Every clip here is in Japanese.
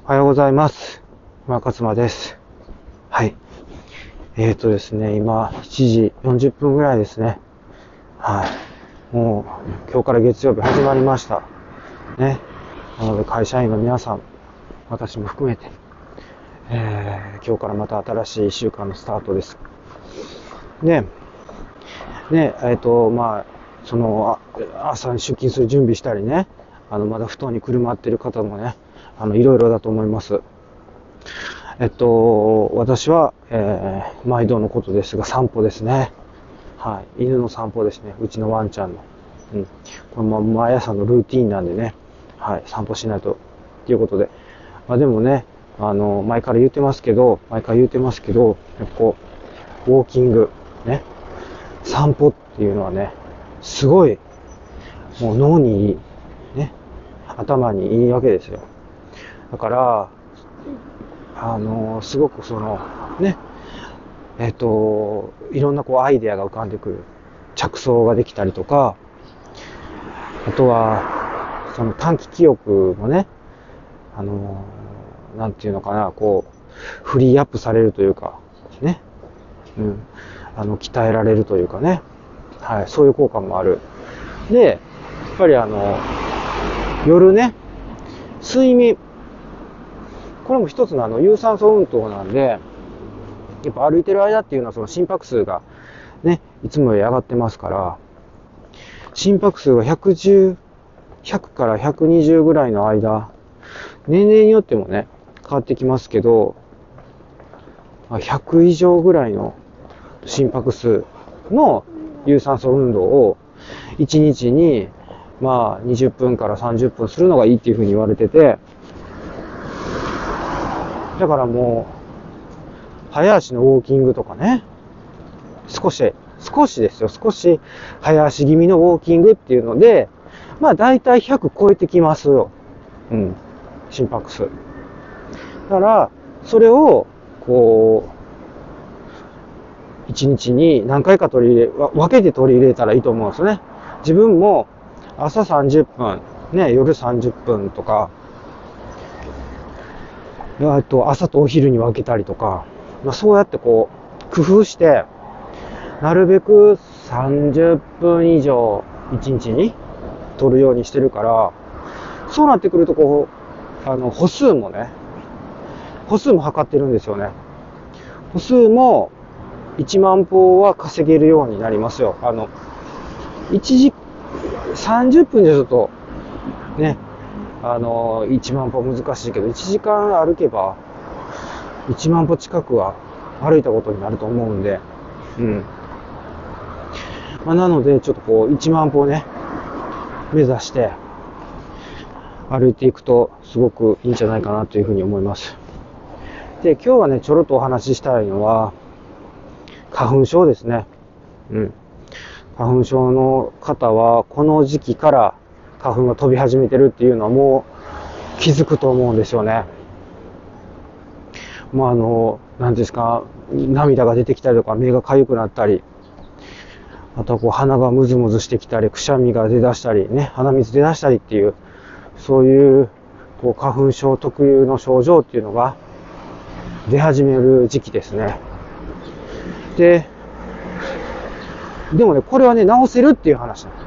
おはようございます。今勝間です。はい。ですね、今、7時40分ぐらいですね。はい。もう、今日から月曜日始まりました。ね。なので、会社員の皆さん、私も含めて、今日からまた新しい1週間のスタートです。で、朝に出勤する準備したりね、まだ布団にくるまってる方もね、いろいろだと思います。私は、毎度のことですが、散歩ですね。はい。犬の散歩ですね。うちのワンちゃんの。これも毎朝のルーティーンなんでね。はい。散歩しないと。っていうことで。でもね、毎回言ってますけど、やっぱこう、ウォーキング、ね。散歩っていうのはね、すごい、もう脳にいい。ね。頭にいいわけですよ。だから、すごくね、いろんなアイデアが浮かんでくる。着想ができたりとか、あとは、短期記憶もね、なんていうのかな、フリーアップされるというか、ね、鍛えられるというかね、はい、そういう効果もある。で、やっぱり夜ね、睡眠、これも一つの有酸素運動なんで、やっぱ歩いてる間っていうのは心拍数がね、いつもより上がってますから、心拍数が100から120ぐらいの間、年齢によってもね、変わってきますけど、100以上ぐらいの心拍数の有酸素運動を1日に20分から30分するのがいいっていうふうに言われてて、だからもう、早足のウォーキングとかね、少し早足気味のウォーキングっていうので、だいたい100超えてきますよ。心拍数。だから、それを、1日に何回か分けて取り入れたらいいと思うんですね。自分も朝30分、ね、夜30分とか、朝とお昼に分けたりとか、そうやって工夫して、なるべく30分以上1日に取るようにしてるから、そうなってくると歩数も測ってるんですよね。歩数も1万歩は稼げるようになりますよ。30分でちょっと、ね、1万歩難しいけど、1時間歩けば、1万歩近くは歩いたことになると思うんで、なので、ちょっと1万歩ね、目指して、歩いていくと、すごくいいんじゃないかなというふうに思います。で、今日はね、ちょろっとお話ししたいのは、花粉症ですね。花粉症の方は、この時期から花粉が飛び始めてるっていうのはもう気づくと思うんですよね。何ですか、涙が出てきたりとか、目が痒くなったり、あとは鼻がムズムズしてきたり、くしゃみが出だしたり、ね、鼻水出だしたりっていう、そういう花粉症特有の症状っていうのが出始める時期ですね。でもね、これはね、治せるっていう話なん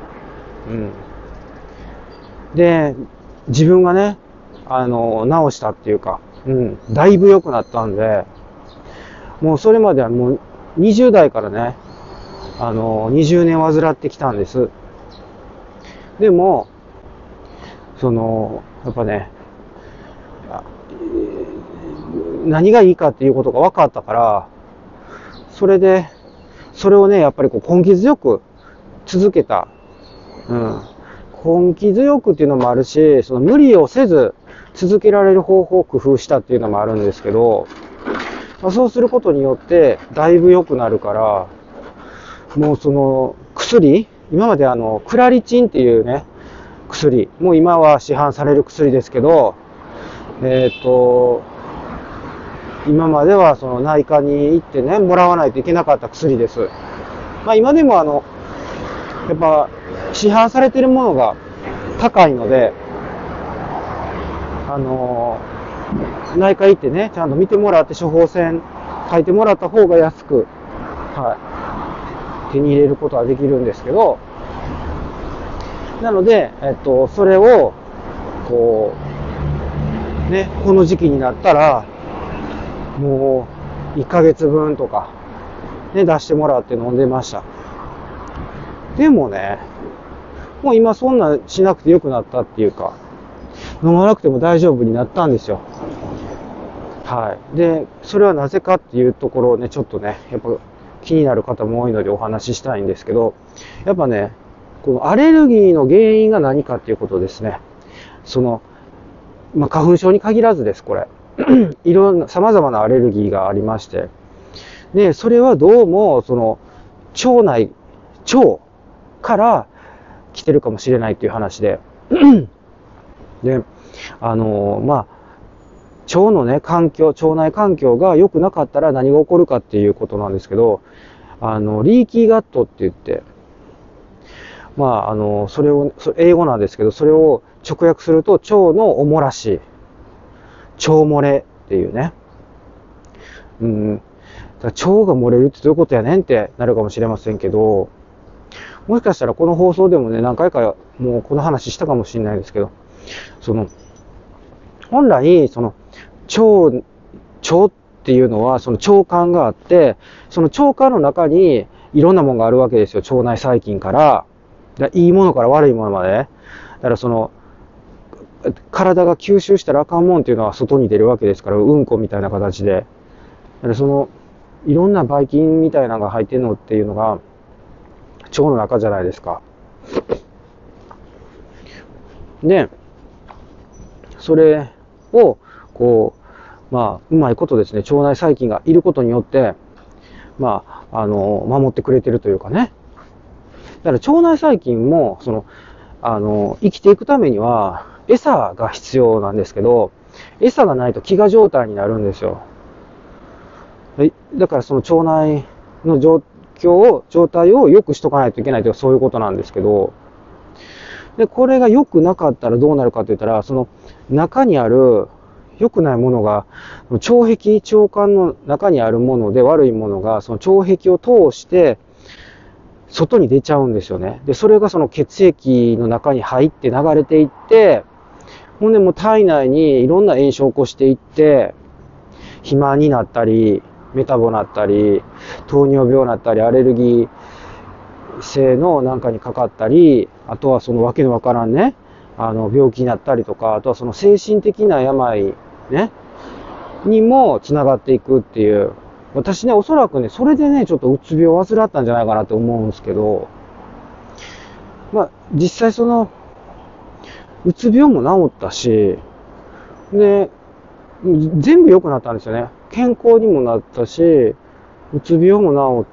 です。で、自分がね、治したっていうか、だいぶ良くなったんで、もうそれまではもう20代からね、20年患ってきたんです。でも、やっぱね、何がいいかっていうことが分かったから、それをね、やっぱり根気強く続けた。根気強くっていうのもあるし、無理をせず続けられる方法を工夫したっていうのもあるんですけど、そうすることによってだいぶ良くなるから、もう薬、今までクラリチンっていうね、薬、もう今は市販される薬ですけど、今までは内科に行ってね、もらわないといけなかった薬です。今でもやっぱ市販されているものが高いので、 内科行ってね、ちゃんと見てもらって処方箋書いてもらった方が安く、手に入れることはできるんですけど、なので、それを、こう、ね、この時期になったら、もう、1ヶ月分とか、ね、出してもらって飲んでました。でもね、もう今そんなしなくてよくなったっていうか、飲まなくても大丈夫になったんですよ。で、それはなぜかっていうところをね、ちょっとね、やっぱ気になる方も多いのでお話ししたいんですけど、やっぱね、このアレルギーの原因が何かっていうことですね。花粉症に限らずです、これ。いろんな、様々なアレルギーがありまして。で、それはどうも、腸から来てるかもしれないっていう話で。で、腸のね、腸内環境が良くなかったら何が起こるかっていうことなんですけど、リーキーガットって言って、それを、英語なんですけど、それを直訳すると、腸のおもらし、腸漏れっていうね。腸が漏れるってどういうことやねんってなるかもしれませんけど、もしかしたらこの放送でもね、何回かもうこの話したかもしれないですけど、本来、腸っていうのは、腸管があって、その腸管の中にいろんなものがあるわけですよ。腸内細菌から、いいものから悪いものまで。だから体が吸収したらあかんもんっていうのは外に出るわけですから、うんこみたいな形で。だからいろんなばい菌みたいなのが入ってるのっていうのが、腸の中じゃないですか。で、それを、うまいことですね、腸内細菌がいることによって、守ってくれてるというかね。だから腸内細菌も、生きていくためには、餌が必要なんですけど、餌がないと飢餓状態になるんですよ。だから腸内の状態を良くしとかないといけないというそういうことなんですけど、で、これが良くなかったらどうなるかといったら、中にある良くないものが、腸管の中にあるもので悪いものが、その腸壁を通して、外に出ちゃうんですよね。で、それが血液の中に入って流れていって、ほんでもう体内にいろんな炎症を起こしていって、肥満になったり、メタボになったり、糖尿病になったり、アレルギー性のなんかにかかったり、あとはわけのわからんね、病気になったりとか、あとは精神的な病ね、にもつながっていくっていう。私ね、おそらくね、それでね、ちょっとうつ病を患ったんじゃないかなって思うんですけど、実際うつ病も治ったし、で、全部良くなったんですよね。健康にもなったし、うつ病も治った、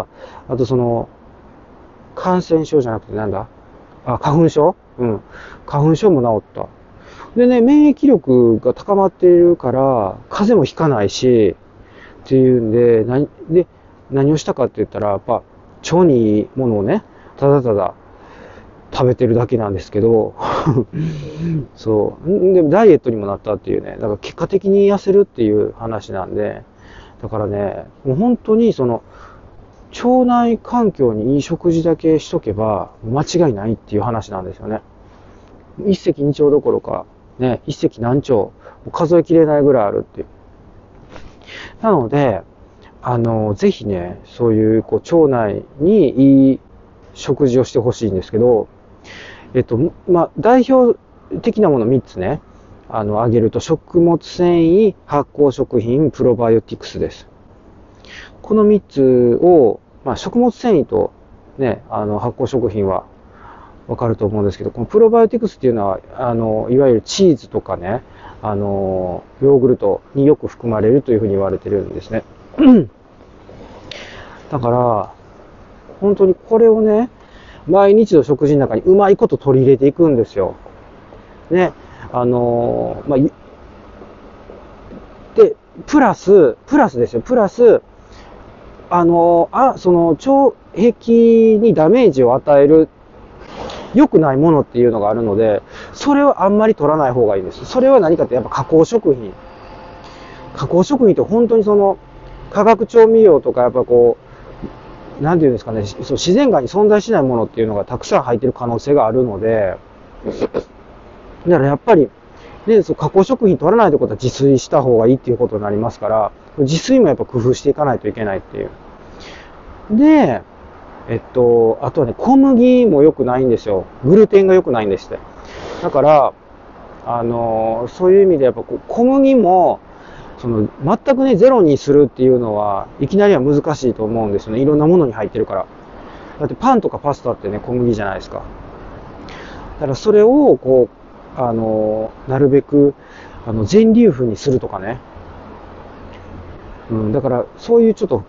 あと感染症じゃなくてなんだ？花粉症？花粉症も治った。でね、免疫力が高まっているから、風邪もひかないし、っていうんで、何をしたかって言ったら、やっぱ、腸にいいものをね、ただただ食べてるだけなんですけど、そう。で、ダイエットにもなったっていうね、だから結果的に痩せるっていう話なんで、だからね、もう本当に腸内環境にいい食事だけしとけば、間違いないっていう話なんですよね。一石二鳥どころか、ね、一石何鳥、数えきれないぐらいあるっていう。なので、ぜひね、そういう、腸内にいい食事をしてほしいんですけど、代表的なもの3つね、挙げると、食物繊維、発酵食品、プロバイオティクスです。この3つを、食物繊維とね、発酵食品はわかると思うんですけど、このプロバイオティクスっていうのは、いわゆるチーズとかね、ヨーグルトによく含まれるというふうに言われてるんですね。だから、本当にこれをね、毎日の食事の中にうまいこと取り入れていくんですよ。ね。で、プラスですよ。プラス、腸壁にダメージを与える良くないものっていうのがあるので、それをあんまり取らない方がいいんです。それは何かってやっぱ加工食品。加工食品って本当にその化学調味料とかやっぱこう、なんていうんですかね、そう自然界に存在しないものっていうのがたくさん入ってる可能性があるので、だからやっぱり、で、加工食品取らないってことは自炊した方がいいっていうことになりますから、自炊もやっぱ工夫していかないといけないっていう。で、あとはね、小麦も良くないんですよ。グルテンが良くないんですって。だから、そういう意味でやっぱ小麦も、全くね、ゼロにするっていうのは、いきなりは難しいと思うんですよね。いろんなものに入ってるから。だってパンとかパスタってね、小麦じゃないですか。だからそれを、なるべく、全粒粉にするとかね。だからそういうちょっと、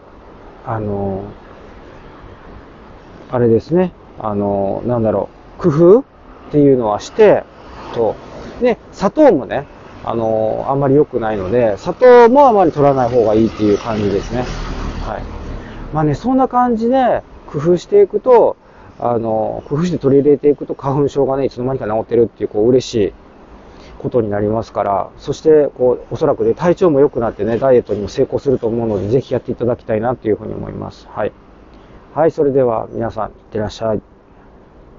あれですね、なんだろう、工夫っていうのはして、で、砂糖もね、あんまり良くないので、砂糖もあまり取らない方がいいっていう感じですね。はい。まあね、そんな感じで工夫していくと、工夫して取り入れていくと花粉症がね、いつの間にか治ってるっていう、嬉しいことになりますから、そして、おそらくね、体調も良くなってね、ダイエットにも成功すると思うので、ぜひやっていただきたいなっていうふうに思います。はい。はい、それでは皆さん、いってらっしゃい。